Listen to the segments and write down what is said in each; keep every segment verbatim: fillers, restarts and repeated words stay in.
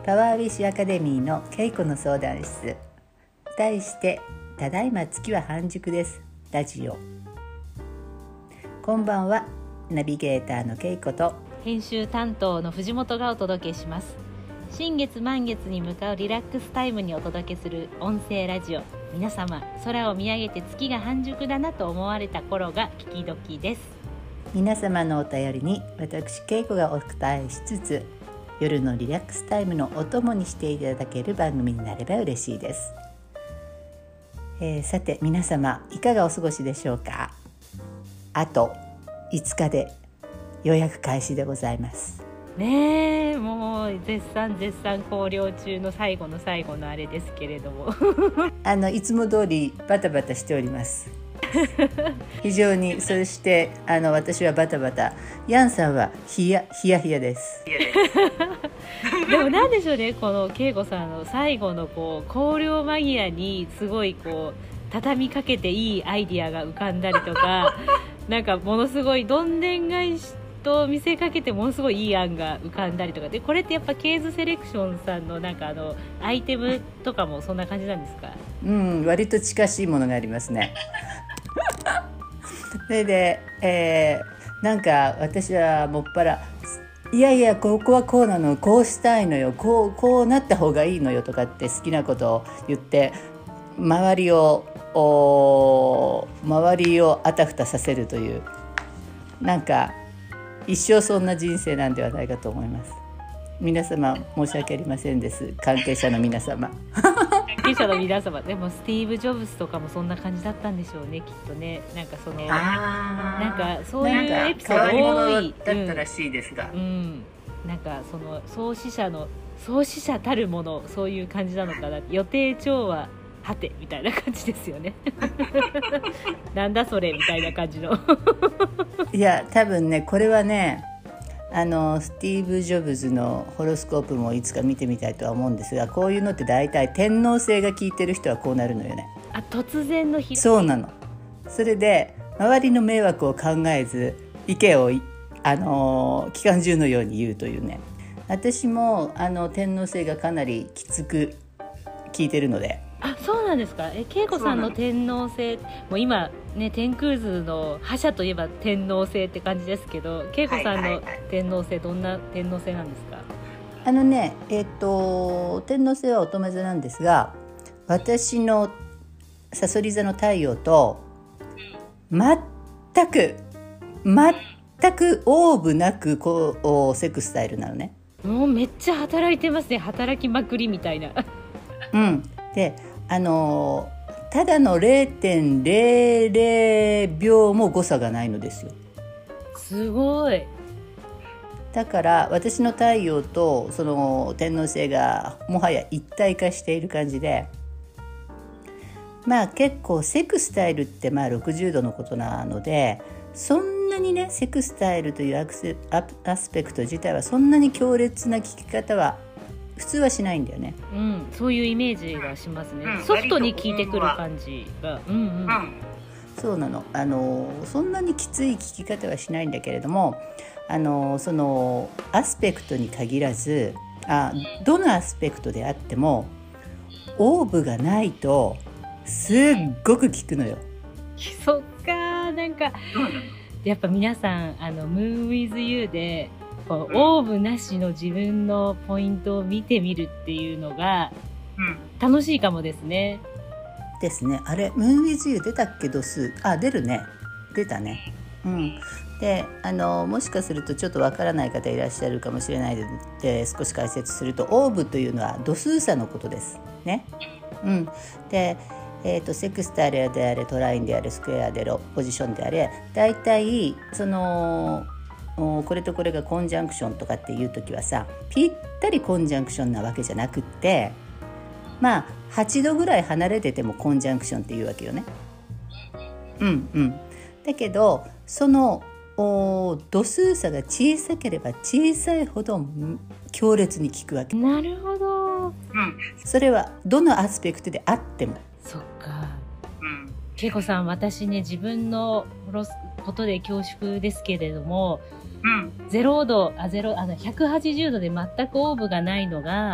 パワーウィッシュアカデミーのけいこの相談室、題してただいま月は半熟ですラジオ。こんばんは、ナビゲーターのけいこと編集担当の藤本がお届けします。新月満月に向かうリラックスタイムにお届けする音声ラジオ。皆様、空を見上げて月が半熟だなと思われた頃が聞き時です。 皆様のお便りに私けいこがお答えしつつ、夜のリラックスタイムのお供にしていただける番組になれば嬉しいです。えー、さて皆様、いかがお過ごしでしょうか。あといつかで予約開始でございますねえ、もう絶賛絶賛考慮中の最後の最後のあれですけれどもあのいつも通りバタバタしております非常に。そしてあの私はバタバタ、ヤンさんはヒヤヒヤヒヤですでもなんでしょうね、この恵子さんの最後のこう考慮間際にすごいこう畳みかけていいアイディアが浮かんだりとかなんかものすごいどんでん返しと見せかけてものすごいいい案が浮かんだりとかで、これってやっぱケーズセレクションさんのなんかあのアイテムとかもそんな感じなんですか？ うん、割と近しいものがありますねそれで、えー、なんか私はもっぱらいやいやここはこうなの、こうしたいのよ、こう、こうなった方がいいのよとかって好きなことを言って周りを周りをあたふたさせるという、なんか一生そんな人生なんではないかと思います。皆様申し訳ありませんです、関係者の皆様関係者の皆様。でもスティーブ・ジョブズとかもそんな感じだったんでしょうね、きっとね。なんかそのなんかそういうエピソード多いだったらしいですが、 うん、うん、なんかその創始者の創始者たるもの、そういう感じなのかな。予定調和はてみたいな感じですよねなんだそれみたいな感じのいや多分ね、これはね、あのスティーブ・ジョブズのホロスコープもいつか見てみたいとは思うんですが、こういうのって大体天王星が効いてる人はこうなるのよね。 あ、突然のひそうなの。それで周りの迷惑を考えず意見を、あの期間中のように言うというね。私もあの天王星がかなりきつく効いてるので。 あ、そうなんですか。え、恵子さんの天王星、もう今ね、天空図の覇者といえば天王星って感じですけど、恵子さんの天王星、どんな天王星なんですか？ あのね、えっと天王星は乙女座なんですが、私のさそり座の太陽と全く全くオーブなくこうセクスタイルなのね。 もうめっちゃ働いてますね。働きまくりみたいなうんで、あのただの れいてんれいれいびょうも誤差がないのですよ。 すごい。 だから私の太陽とその天王星がもはや一体化している感じで、まあ結構セクスタイルってまあろくじゅうどのことなので、そんなにねセクスタイルというアクセアスペクト自体はそんなに強烈な聞き方は普通はしないんだよね。 うん、そういうイメージがしますね、うん、ソフトに聞いてくる感じが、うんうんうん、 そうなの。あのそんなにきつい聞き方はしないんだけれども、あのそのアスペクトに限らず、あどのアスペクトであってもオーブがないとすっごく効くのよ。 そっか。なんかやっぱ皆さんあのムーンウィズユーでこうオーブなしの自分のポイントを見てみるっていうのが楽しいかもですね。 ですね。あれムーンウィズユー出たっけ？度数あ出るね、出たね。うん、であのもしかするとちょっとわからない方いらっしゃるかもしれないので、少し解説すると、オーブというのは度数差のことですね。うん、で、えーと、セクスタイルであれトラインであれスクエアであれポジションであれ、だいたいそのこれとこれがコンジャンクションとかっていう時はさ、ぴったりコンジャンクションなわけじゃなくって、まあはちどぐらい離れててもコンジャンクションっていうわけよね。うんうん。だけどその度数差が小さければ小さいほど強烈に効くわけ。 なるほど、うん、 それはどのアスペクトであっても。 そっか、恵子さん、私ね、自分のことで恐縮ですけれども、うん、ゼロどあゼロあのひゃくはちじゅうどで全くオーブがないのが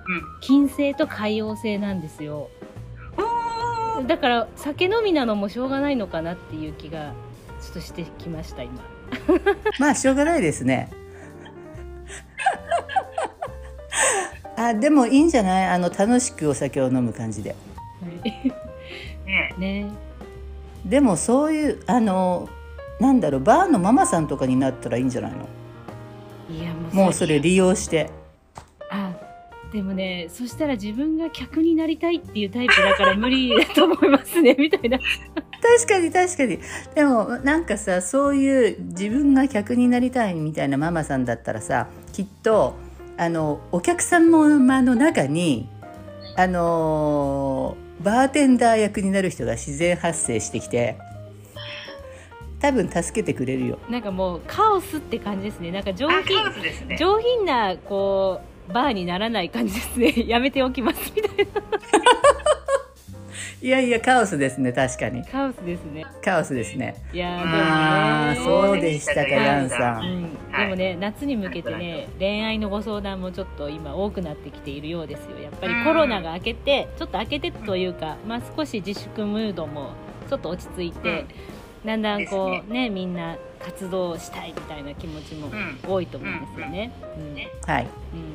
金星と海王星なんですよ。だから酒飲みなのもしょうがないのかなっていう気がちょっとしてきました今。 まあしょうがないですね。あ、でもいいんじゃない？あの楽しくお酒を飲む感じで。 はいね。 でもそういうあのなんだろう、バーのママさんとかになったらいいんじゃないの？ いやもう、 もうそれ利用して。 あ、でもね、そしたら自分が客になりたいっていうタイプだから無理だと思いますねみたいな。 確かに確かに。でもなんかさ、そういう自分が客になりたいみたいなママさんだったらさ、きっとあのお客様の中にあのバーテンダー役になる人が自然発生してきて、多分助けてくれるよ。 なんかもうカオスって感じですね。なんか上品、ね、上品なこうバーにならない感じですね。やめておきますみたいな。 いやいや、カオスですね。確かにカオスですね。 カオスですね。 いやでもね、 そうでしたか、ヤンさん、 うん、でもね、夏に向けてね、恋愛のご相談もちょっと今多くなってきているようですよ。やっぱりコロナが明けて、ちょっと明けてというか、まあ、少し自粛ムードもちょっと落ち着いて、うん、だんだんこうね、みんな活動したいみたいな気持ちも多いと思うんですよね。うん、はい、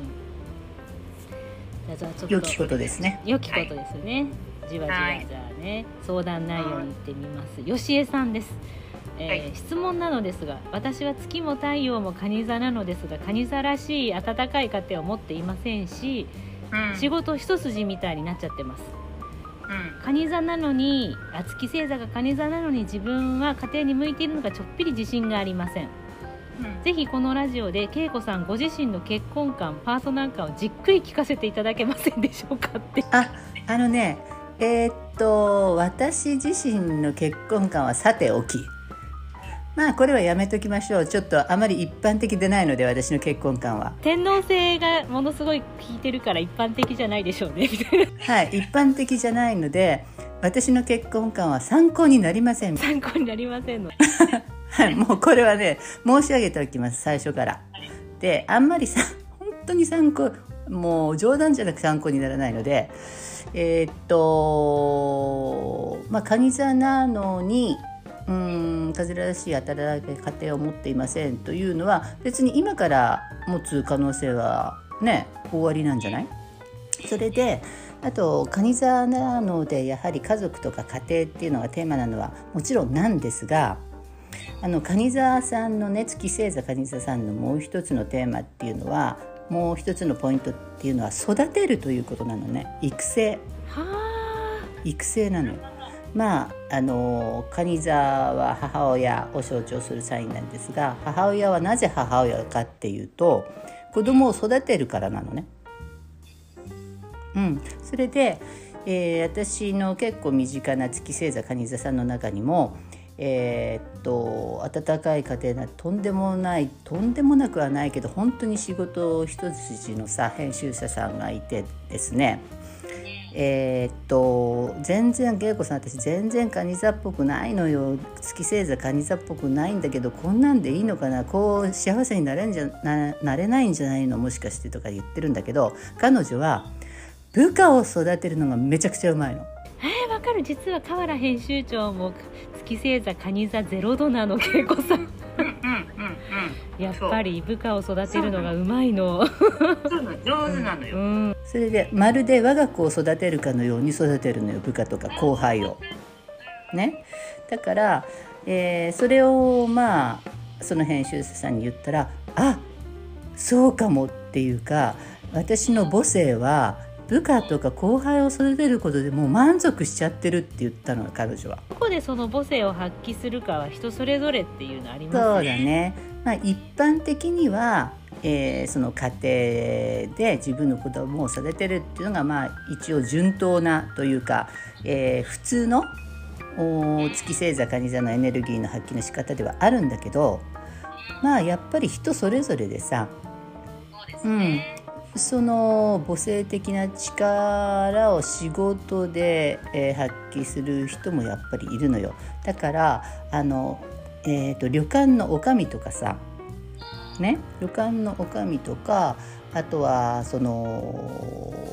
うん、じゃあちょっと良きことですね。 良きことですよね。じわじわじゃあね、相談内容に行ってみます。よしえさんです。えーはい、質問なのですが、私は月も太陽も蟹座なのですが、蟹座らしい温かい家庭を持っていませんし、うん、仕事一筋みたいになっちゃってます。うん、蟹座なのに、あ、月星座が蟹座なのに自分は家庭に向いているのかちょっぴり自信がありません。うん、ぜひこのラジオで恵子さんご自身の結婚観、パートナー観をじっくり聞かせていただけませんでしょうかって。 あ、あのね、えー、っと私自身の結婚観はさておき、まあこれはやめときましょう。ちょっとあまり一般的でないので、私の結婚観は天皇制がものすごい効いてるから一般的じゃないでしょうねみたいな。 はい、一般的じゃないので、私の結婚観は参考になりません。 参考になりませんのはい、もうこれはね、申し上げておきます、最初から。で、あんまりさ、本当に参考、もう冗談じゃなく参考にならないので、えー、っとまあ蟹座なのに、うーん、風らしい働き家庭を持っていませんというのは、別に今から持つ可能性はね、終わりなんじゃない？それで、あと蟹座なので、やはり家族とか家庭っていうのがテーマなのはもちろんなんですが、あの蟹座さんのね、月星座蟹座さんのもう一つのテーマっていうのは、もう一つのポイントっていうのは育てるということなのね。育成育成なのよ。まああの蟹座は母親を象徴するサインなんですが、母親はなぜ母親かっていうと、子供を育てるからなのね。うん、それで、えー、私の結構身近な月星座蟹座さんの中にも、えー、っと温かい家庭な、とんでもないとんでもなくはないけど、本当に仕事一筋のさ編集者さんがいてですね、えー、っと全然恵子さん、私全然蟹座っぽくないのよ、月星座蟹座っぽくないんだけど、こんなんでいいのかな、こう幸せになれんじゃ な, なれないんじゃないの、もしかしてとか言ってるんだけど、彼女は部下を育てるのがめちゃくちゃうまいの。 えー、わかる。実は河原編集長も月星座蟹座ゼロ度なの、恵子さん。やっぱり部下を育てるのがうまいの。 そうなの、上手なのよ、うんうん、 それでまるで我が子を育てるかのように育てるのよ、部下とか後輩をね。だから、えー、それをまあその編集者さんに言ったら、あ、そうかもっていうか、私の母性は部下とか後輩を育てることでもう満足しちゃってるって言ったの、彼女は。 どこでその母性を発揮するかは人それぞれっていうのありますね。 そうだね、まあ、一般的には、えー、その家庭で自分の子供を育てるっていうのが、まあ一応順当なというか、えー、普通の月星座蟹座のエネルギーの発揮の仕方ではあるんだけど、まあやっぱり人それぞれでさ、うん、その母性的な力を仕事で、えー、発揮する人もやっぱりいるのよ。だからあの、えーと、旅館の女将とかさ、ね、旅館の女将とか、あとはその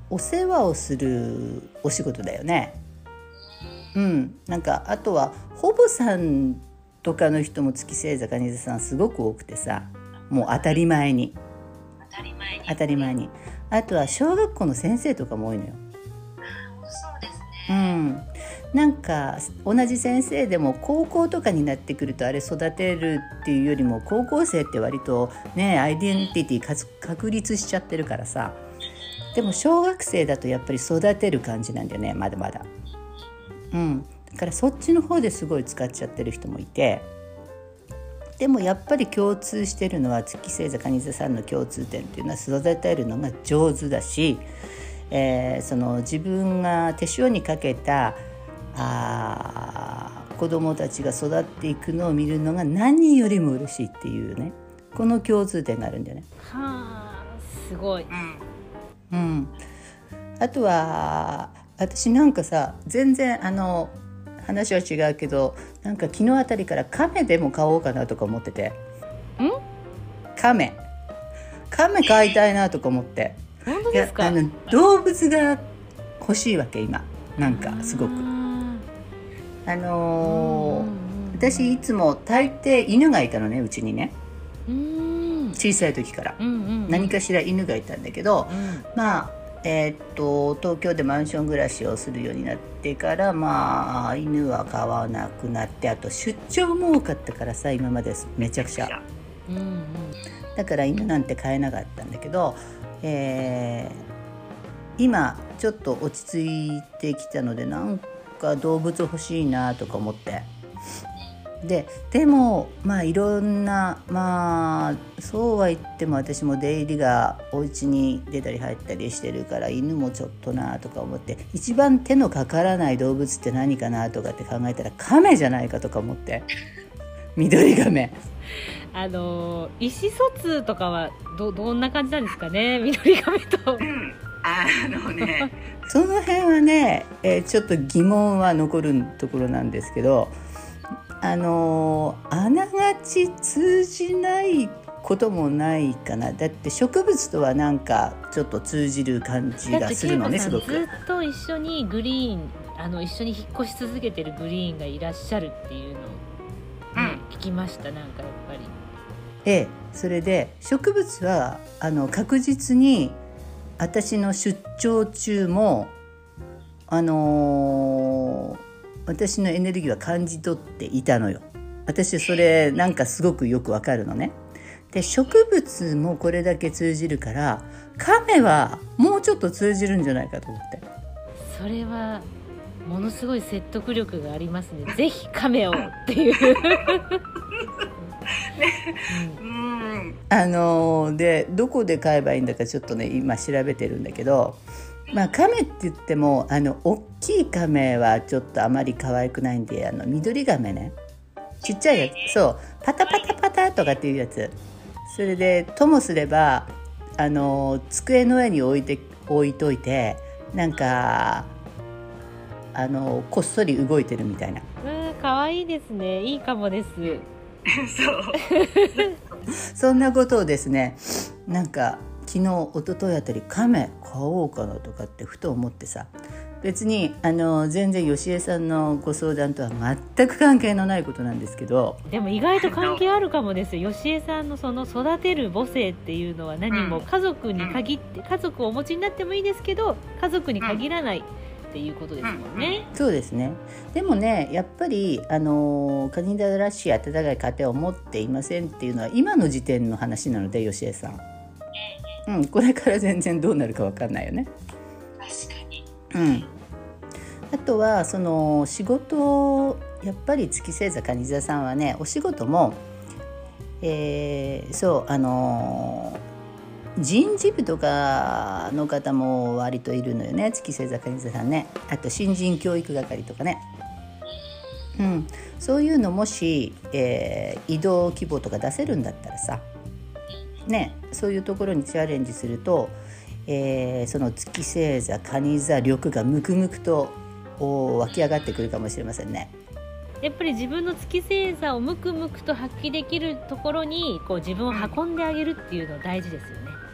お世話をするお仕事だよね。うん、なんかあとは保母さんとかの人も月星座蟹座さんすごく多くてさ、もう当たり前に当たり前に当たり前にあとは小学校の先生とかも多いのよ。 そうですうね、 ん、なんか同じ先生でも高校とかになってくるとあれ育てるっていうよりも高校生って割とねアイデンティティ確立しちゃってるからさ、でも小学生だとやっぱり育てる感じなんだよね、まだまだ。うん、だからそっちの方ですごい使っちゃってる人もいて、でもやっぱり共通してるのは月星座蟹座さんの共通点っていうのは育てるのが上手だし、えー、その自分が手塩にかけたあ子どもたちが育っていくのを見るのが何よりも嬉しいっていうね、この共通点があるんだよね。 はあ、すごい。 うんうん、あとは私なんかさ、全然あの話は違うけど、なんか昨日あたりから亀でも買おうかなとか思ってて。 ん？ 亀亀飼いたいなとか思って。 本当ですか？ いや、あの動物が欲しいわけ今、なんかすごくあのー、私いつも大抵犬がいたのね、うちにね、 うーん小さい時から、 うんうんうん、 何かしら犬がいたんだけど、 うん、 まあえー、っと東京でマンション暮らしをするようになってから、まあ犬は飼わなくなって、あと出張も多かったからさ、今までめちゃくちゃ、 うんうん、 だから犬なんて飼えなかったんだけど、えー、今ちょっと落ち着いてきたので、なんか動物欲しいなとか思って、ででもまあいろんな、まあそうは言っても私も出入りがお家に出たり入ったりしてるから犬もちょっとなとか思って、一番手のかからない動物って何かなとかって考えたら亀じゃないかとか思って、緑亀。 あの意思疎通とかは ど, どんな感じなんですかね、緑亀と。 うんあのねその辺はね、えー、ちょっと疑問は残るところなんですけど、あのー、あながち通じないこともないかな。だって植物とはなんかちょっと通じる感じがするのね、すごく。 ずっと一緒にグリーンあの一緒に引っ越し続けてるグリーンがいらっしゃるっていうのを、ね、うん、聞きました。なんかやっぱりええ、それで植物はあの確実に私の出張中もあのー私のエネルギーは感じ取っていたのよ。私それなんかすごくよくわかるのね。で植物もこれだけ通じるから、亀はもうちょっと通じるんじゃないかと思って。 それはものすごい説得力がありますね。ぜひ亀をっていうね、 うん、 あのー、でどこで買えばいいんだかちょっとね今調べてるんだけど、まあ、亀って言ってもあの大きい亀はちょっとあまり可愛くないんで、あの緑亀ね、ちっちゃいやつ、そうパタパタパタとかっていうやつ、それでともすればあの机の上に置いて置いといて、なんかあのこっそり動いてるみたいな。 うん、可愛いですね。いいかもです。 そうそんなことをですね、なんか昨日一昨日あたり亀買おうかなとかってふと思ってさ、別にあの全然よしえさんのご相談とは全く関係のないことなんですけど、 でも意外と関係あるかもですよ。よしえさんのその育てる母性っていうのは何も家族に限って、家族をお持ちになってもいいですけど家族に限らないっていうことですもんね。 そうですね。でもね、やっぱりあのカニダらしい温かい家庭を持っていませんっていうのは今の時点の話なので、よしえさん、うん、これから全然どうなるか分かんないよね。 確かに、 うん、あとはその仕事、やっぱり月星座蟹座さんはね、お仕事も、えー、そうあの人事部とかの方も割といるのよね、月星座蟹座さんね。あと新人教育係とかね、うん、そういうのもし、えー、移動規模とか出せるんだったらさね、そういうところにチャレンジすると、えー、その月星座蟹座力がムクムクと湧き上がってくるかもしれませんね。 やっぱり自分の月星座をムクムクと発揮できるところにこう自分を運んであげるっていうの大事ですよね。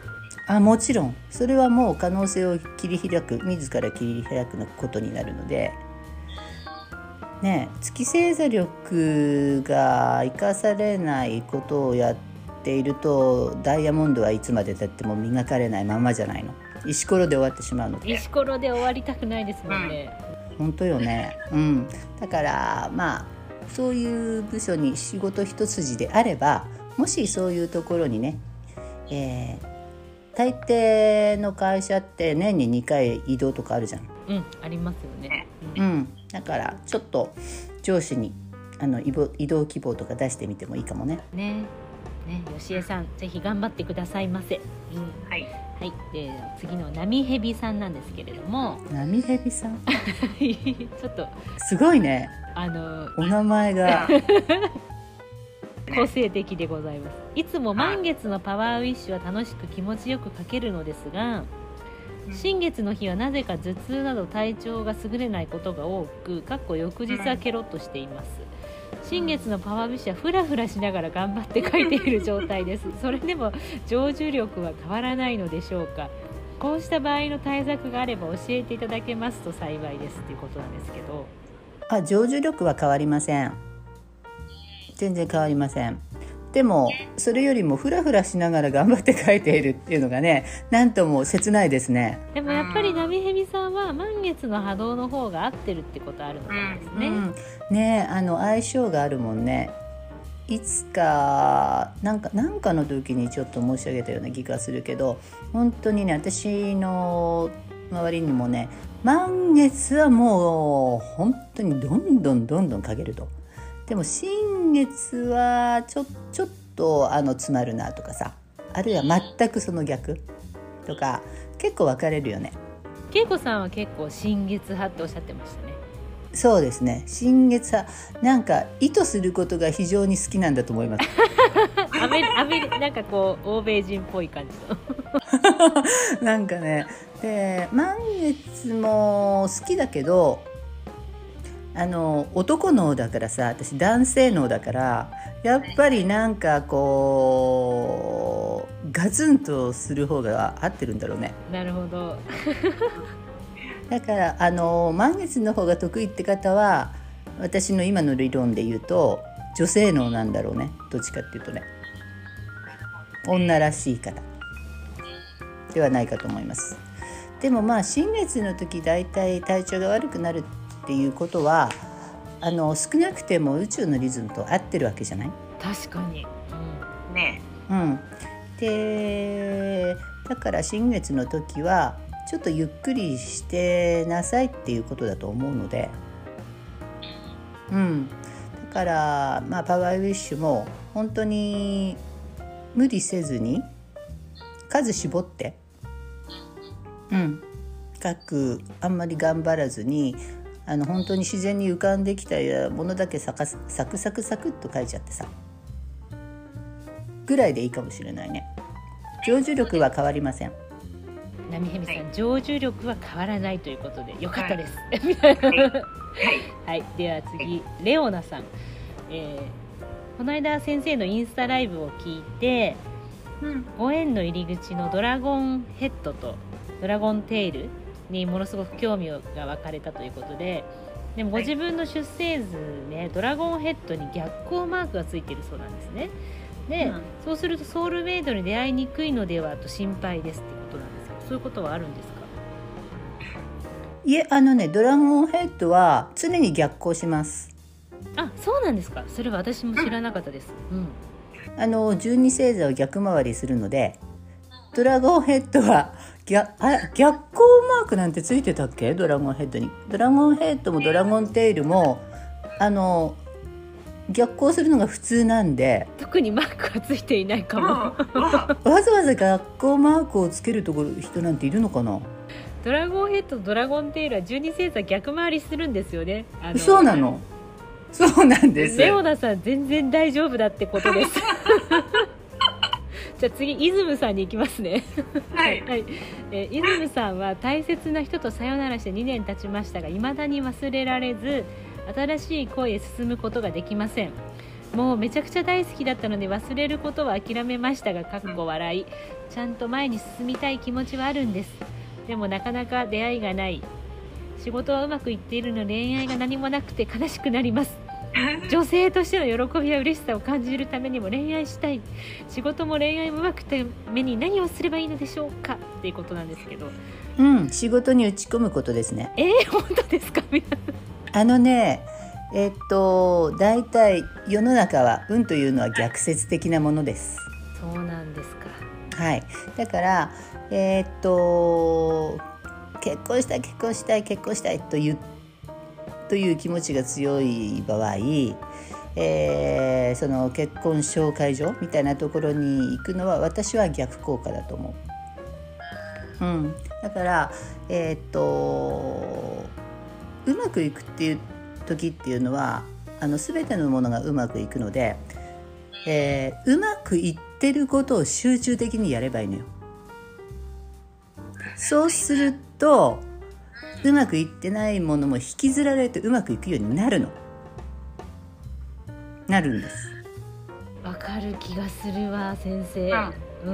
あもちろんそれはもう可能性を切り開く、自ら切り開くのことになるのでね、月星座力が生かされないことをやっていると、ダイヤモンドはいつまでたっても磨かれないままじゃないの。石ころで終わってしまうので。 石ころで終わりたくないですもんね、 うん、本当よね、うん、だからまあそういう部署に仕事一筋であれば、もしそういうところにね、えー、大抵の会社って年ににかい移動とかあるじゃん。 うん、ありますよね、 うん、だからちょっと上司にあの移動希望とか出してみてもいいかもね。 ねね、吉江さんぜひ頑張ってくださいませ、うん、 はい、 はい、で次の波蛇さんなんですけれども波蛇さんちょっとすごいね、 あのお名前が個性的でございます。いつも満月のパワーウィッシュは楽しく気持ちよく書けるのですが、新月の日はなぜか頭痛など体調が優れないことが多く、かっこ翌日はケロッとしています。新月のパワーウィッシュはフラフラしながら頑張って書いている状態です。それでも成就力は変わらないのでしょうか。こうした場合の対策があれば教えていただけますと幸いですということなんですけど。 あ、成就力は変わりません。全然変わりません。でもそれよりもフラフラしながら頑張って書いているっていうのがね、なんとも切ないですね。 でもやっぱり波蛇さんは満月の波動の方が合ってるってことあるのかもですね、うん、 ね、あの相性があるもんね。いつかなんかなんかの時にちょっと申し上げたような気がするけど、本当にね、私の周りにもね、満月はもう本当にどんどんどんどん書けると。でも新月はちょ、ちょっとあの詰まるなとかさ、あるいは全くその逆とか結構分かれるよね。 恵子さんは結構新月派っておっしゃってましたね。 そうですね、新月派、なんか意図することが非常に好きなんだと思いますアメリアメリなんかこう欧米人っぽい感じのなんかね、で満月も好きだけど、あの男脳だからさ、私男性脳だから、やっぱりなんかこうガツンとする方が合ってるんだろうね。 なるほどだからあの満月の方が得意って方は、私の今の理論で言うと女性脳なんだろうね。どっちかっていうとね、女らしい方ではないかと思います。でもまあ新月の時だいたい体調が悪くなるっていうことは、あの少なくても宇宙のリズムと合ってるわけじゃない？ 確かに、 うん、ね、 うん、でだから新月の時はちょっとゆっくりしてなさいっていうことだと思うので、うん、だからまあパワーウィッシュも本当に無理せずに数絞って、うん、書く、あんまり頑張らずに、あの本当に自然に浮かんできたものだけサクサクサクサクっと書いちゃってさぐらいでいいかもしれないね。成就力は変わりません。 波蛇さん、はい、成就力は変わらないということでよかったです、はいはい、では次、レオナさん、えー、この間先生のインスタライブを聞いて、うん、ご縁の入り口のドラゴンヘッドとドラゴンテールにものすごく興味が湧かれたということで、でもご自分の出生図ね、ドラゴンヘッドに逆光マークがついているそうなんですね。で、うん、そうするとソウルメイドに出会いにくいのではと心配ですってことなんですけど、そういうことはあるんですか？ いえ、あのね、ドラゴンヘッドは常に逆行します。 あ、そうなんですか。それは私も知らなかったです、うん、 あのじゅうに星座を逆回りするので、ドラゴンヘッドは逆、あ、逆光マークなんてついてたっけ？ドラゴンヘッドに。ドラゴンヘッドもドラゴンテールもあの逆光するのが普通なんで、 特にマークはついていないかもわざわざ逆光マークをつけるところ人なんているのかな。 ドラゴンヘッドとドラゴンテールはじゅうに星座逆回りするんですよね。あのそうなの。そうなんです。 レオナさん全然大丈夫だってことですじゃあ次、イズムさんに行きますねはい、 はい、えー、イズムさんは大切な人とさよならしてにねん経ちましたが、未だに忘れられず新しい恋へ進むことができません。 もうめちゃくちゃ大好きだったので忘れることは諦めましたが、かっこ笑い、ちゃんと前に進みたい気持ちはあるんです。でもなかなか出会いがない。仕事はうまくいっているの恋愛が何もなくて悲しくなります。女性としての喜びや嬉しさを感じるためにも恋愛したい。仕事も恋愛もうまくために何をすればいいのでしょうかっていうことなんですけど。 うん、仕事に打ち込むことですね。 えー、本当ですか？ あのねえっとだいたい世の中は運というのは逆説的なものです。 そうなんですか。 はい、だからえー、っと結婚したい結婚したい結婚したいというという気持ちが強い場合、えー、その結婚紹介所みたいなところに行くのは私は逆効果だと思う。うん、だからえー、っとうまくいくっていう時っていうのはあの全てのものがうまくいくので、えー、うまくいってることを集中的にやればいいのよ。そうするとうまくいってないものも引きずられてうまくいくようになるのなるんです。 わかる気がするわ先生、うん、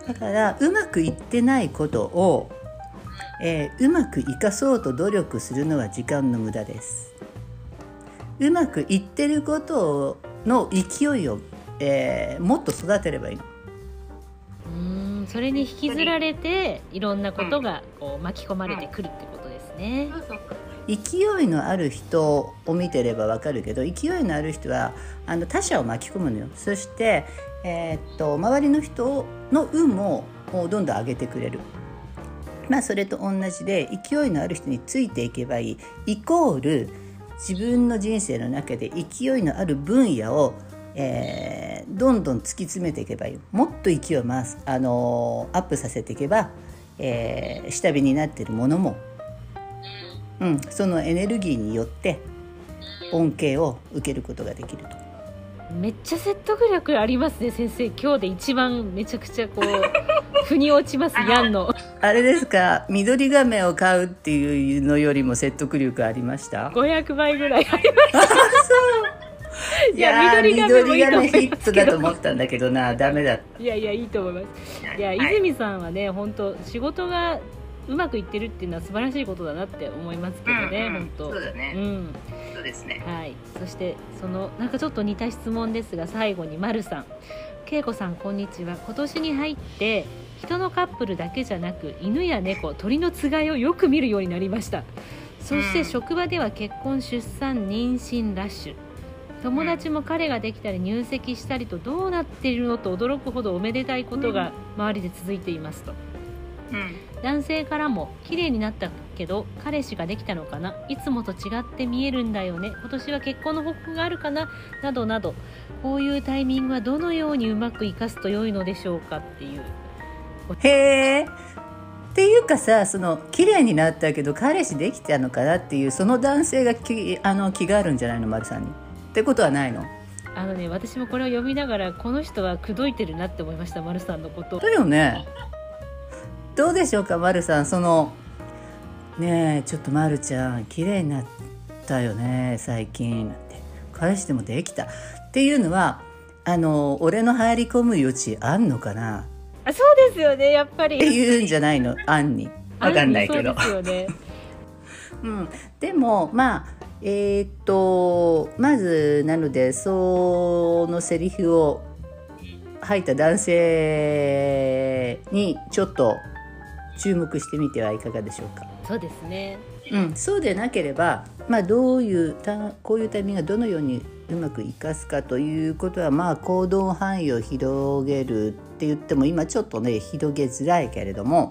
だからうまくいってないことを、えー、うまくいかそうと努力するのは時間の無駄です。うまくいってることの勢いを、えー、もっと育てればいいの。 うーん、それに引きずられていろんなことがこう巻き込まれてくるってことですね。 勢いのある人を見てればわかるけど、勢いのある人はあの他者を巻き込むのよ。そして、えー、っと周りの人の運もどんどん上げてくれる。まあそれと同じで勢いのある人についていけばいいイコール自分の人生の中で勢いのある分野を、えー、どんどん突き詰めていけばいい。もっと勢いを回す、あのー、アップさせていけば、えー、下火になっているものも、うん、そのエネルギーによって恩恵を受けることができると。 めっちゃ説得力ありますね先生。今日で一番めちゃくちゃこう腑に落ちますヤンのあれですか、緑亀を買うっていうのよりも説得力ありました。 ごひゃくばいぐらいありましたそういや緑亀もいいと思いますけど、 緑亀ヒットだと思ったんだけどな、ダメだった。 いやいやいいと思います。いや、はい、泉さんはね本当仕事がうまくいってるっていうのは素晴らしいことだなって思いますけどね、うんうん、本当そうだね、 うん、 そうですね。 はい。そしてそのなんかちょっと似た質問ですが、最後に丸さん、恵子さんこんにちは。今年に入って人のカップルだけじゃなく犬や猫、鳥のつがいをよく見るようになりました。そして職場では結婚出産妊娠ラッシュ、友達も彼ができたり入籍したりとどうなっているのと驚くほどおめでたいことが周りで続いていますと、うん、男性からも綺麗になったけど彼氏ができたのかな、いつもと違って見えるんだよね、今年は結婚の報告があるかな、などなど、こういうタイミングはどのようにうまく生かすと良いのでしょうかっていう。 へーっていうかさ、その綺麗になったけど彼氏できたのかなっていうその男性がきあの気があるんじゃないの、丸さんにってことはないの？ あのね、私もこれを読みながらこの人は口説いてるなって思いました、丸さんのこと。 だよね。どうでしょうか丸さん、そのねえちょっと丸ちゃん綺麗になったよね最近なんて、彼氏でもできたっていうのはあの俺の入り込む余地あんのかな。 あ、そうですよね、やっぱりって言うんじゃないの、アンに。わかんないけど。 そうですよね。 うん、でもまあえー、っとまずなのでそのセリフを吐いた男性にちょっと注目してみてはいかがでしょうか。 そうですね、 うん、そうでなければ、まあ、どういうこういうタイミングがどのようにうまく生かすかということは、まあ行動範囲を広げるって言っても今ちょっとね広げづらいけれども、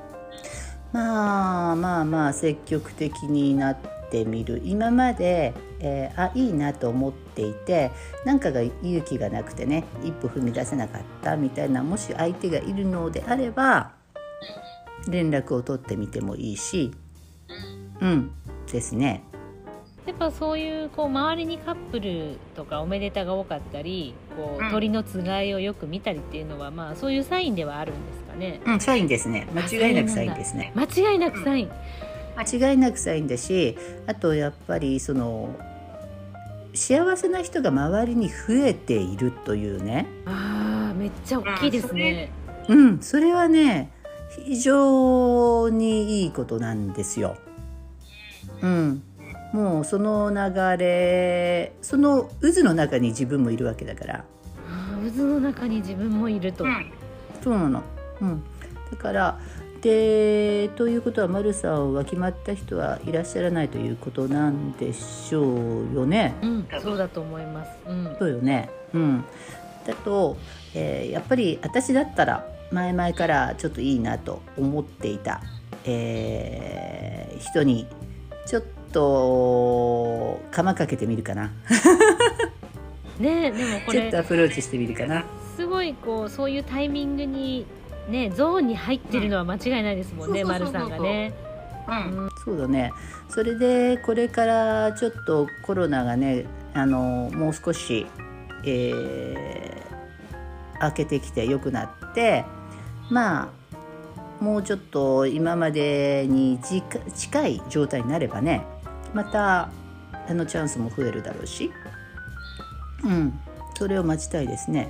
まあまあまあ積極的になってみる。今まで、えー、あいいなと思っていてなんかが勇気がなくてね一歩踏み出せなかったみたいな、もし相手がいるのであれば連絡を取ってみてもいいし、うんですね。 やっぱそういうこう周りにカップルとかおめでたが多かったり、こう鳥のつがいをよく見たりっていうのは、まあそういうサインではあるんですかね。 うん、サインですね。間違いなくサインですね。 間違いなくサイン、 間違いなくサインだし、あとやっぱりその幸せな人が周りに増えているというね、 あーめっちゃ大きいですね。 うん、それはね非常にいいことなんですよ。うん、もうその流れ、その渦の中に自分もいるわけだから。 あー渦の中に自分もいると、 うん。 そうなの、うん、だからでということはマルさんは決まった人はいらっしゃらないということなんでしょうよね。 うん、そうだと思います。うん、 そうよね、うん、だと、えーやっぱり私だったら前々からちょっといいなと思っていた、えー人にちょっと釜かけてみるかなね、でもこちょっれとアプローチしてみるかな。 すごいこうそういうタイミングにねゾーンに入ってるのは間違いないですもんね、 うんまるさんがね。 うん。 そうだね。それでこれからちょっとコロナがね、あのもう少し、えー、明けてきて良くなって、まあもうちょっと今までに近近い状態になればね、またあのチャンスも増えるだろうし、うん、それを待ちたいですね。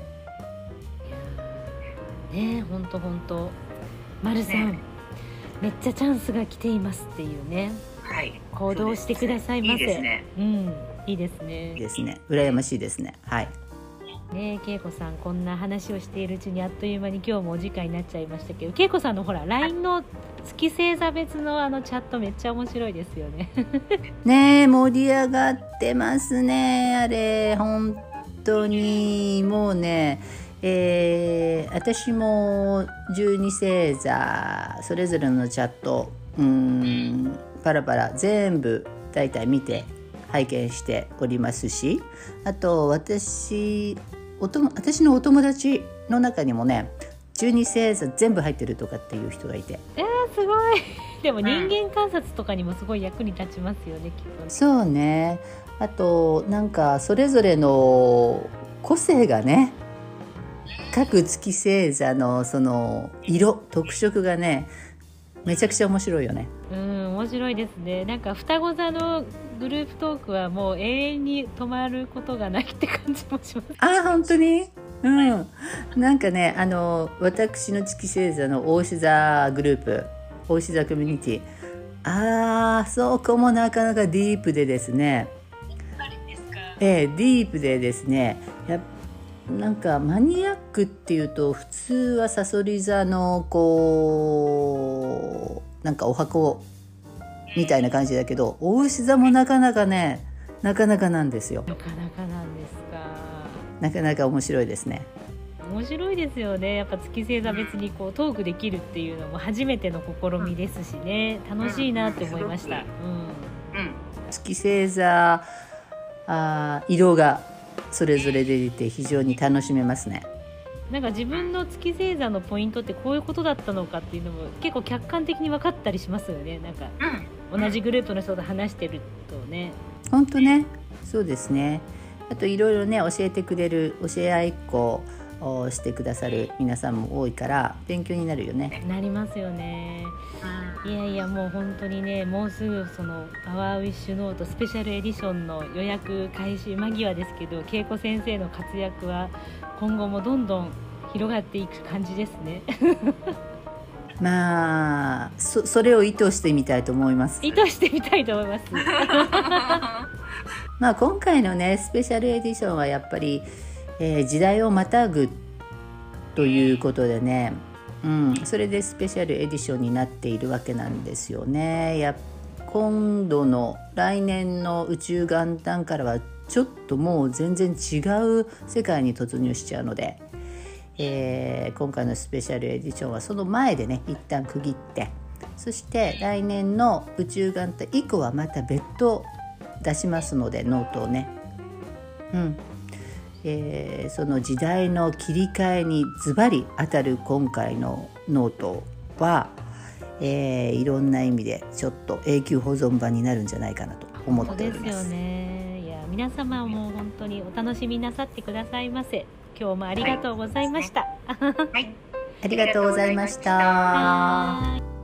ね、ほんとほんとまるさん、 ねめっちゃチャンスが来ていますっていうね、 はい。 行動してくださいませ。 いいですね。 うん、いいですね。 いいですね。羨ましいですね。はい。 ねえ、恵子さんこんな話をしているうちにあっという間に今日もお時間になっちゃいましたけど、恵子さんのほら ライン の月星座別のあのチャットめっちゃ面白いですよねねえ、盛り上がってますね。あれ本当にもうね、えー私もじゅうに星座それぞれのチャット、うーんパラパラ全部だいたい見て拝見しておりますし、あと私おとも私のお友達の中にもねじゅうに星座全部入ってるとかっていう人がいて、 えー、すごいでも人間観察とかにもすごい役に立ちますよね、きっとね。 そうね。あとなんかそれぞれの個性がね、各月星座のその色特色がねめちゃくちゃ面白いよね。 うん面白いですね。なんか双子座のグループトークはもう永遠に止まることがないって感じもします。 あー本当に、うん、なんかねあの私の月星座の牡牛座グループ牡牛座コミュニティ、あーそこもなかなかディープでですね、えー、ディープでですね、やなんかマニアックっていうと普通はさそり座のこうなんかお箱みたいな感じだけど、牡牛座もなかなかねなかなかなんですよ。 なかなかなんですか。 なかなか面白いですね。 面白いですよね。やっぱ月星座別にこうトークできるっていうのも初めての試みですしね、楽しいなって思いました。うん、 うん。 月星座あ色がそれぞれで出て非常に楽しめますね。 なんか自分の月星座のポイントってこういうことだったのかっていうのも結構客観的に分かったりしますよね。なんかうん。 同じグループの人と話してるとね。 本当ね、そうですね。あといろいろね教えてくれる教え合いっ子をしてくださる皆さんも多いから勉強になるよね。 なりますよね。いやいやもう本当にね、もうすぐそのパワーウィッシュノートスペシャルエディションの予約開始間際ですけど、恵子先生の活躍は今後もどんどん広がっていく感じですねまあ そ, それを意図してみたいと思います。 意図してみたいと思いますまあ今回のねスペシャルエディションはやっぱり、えー時代をまたぐということでね、うん、それでスペシャルエディションになっているわけなんですよね。や今度の来年の宇宙元旦からはちょっともう全然違う世界に突入しちゃうので、えー今回のスペシャルエディションはその前でね一旦区切って、そして来年の宇宙元旦以降はまた別途出しますのでノートをね、うんえーその時代の切り替えにズバリ当たる今回のノートは、えーいろんな意味でちょっと永久保存版になるんじゃないかなと思っております。 そうですよね。いや皆様も本当にお楽しみなさってくださいませ。今日もありがとうございました。 はい。 ありがとうございました。 はーい。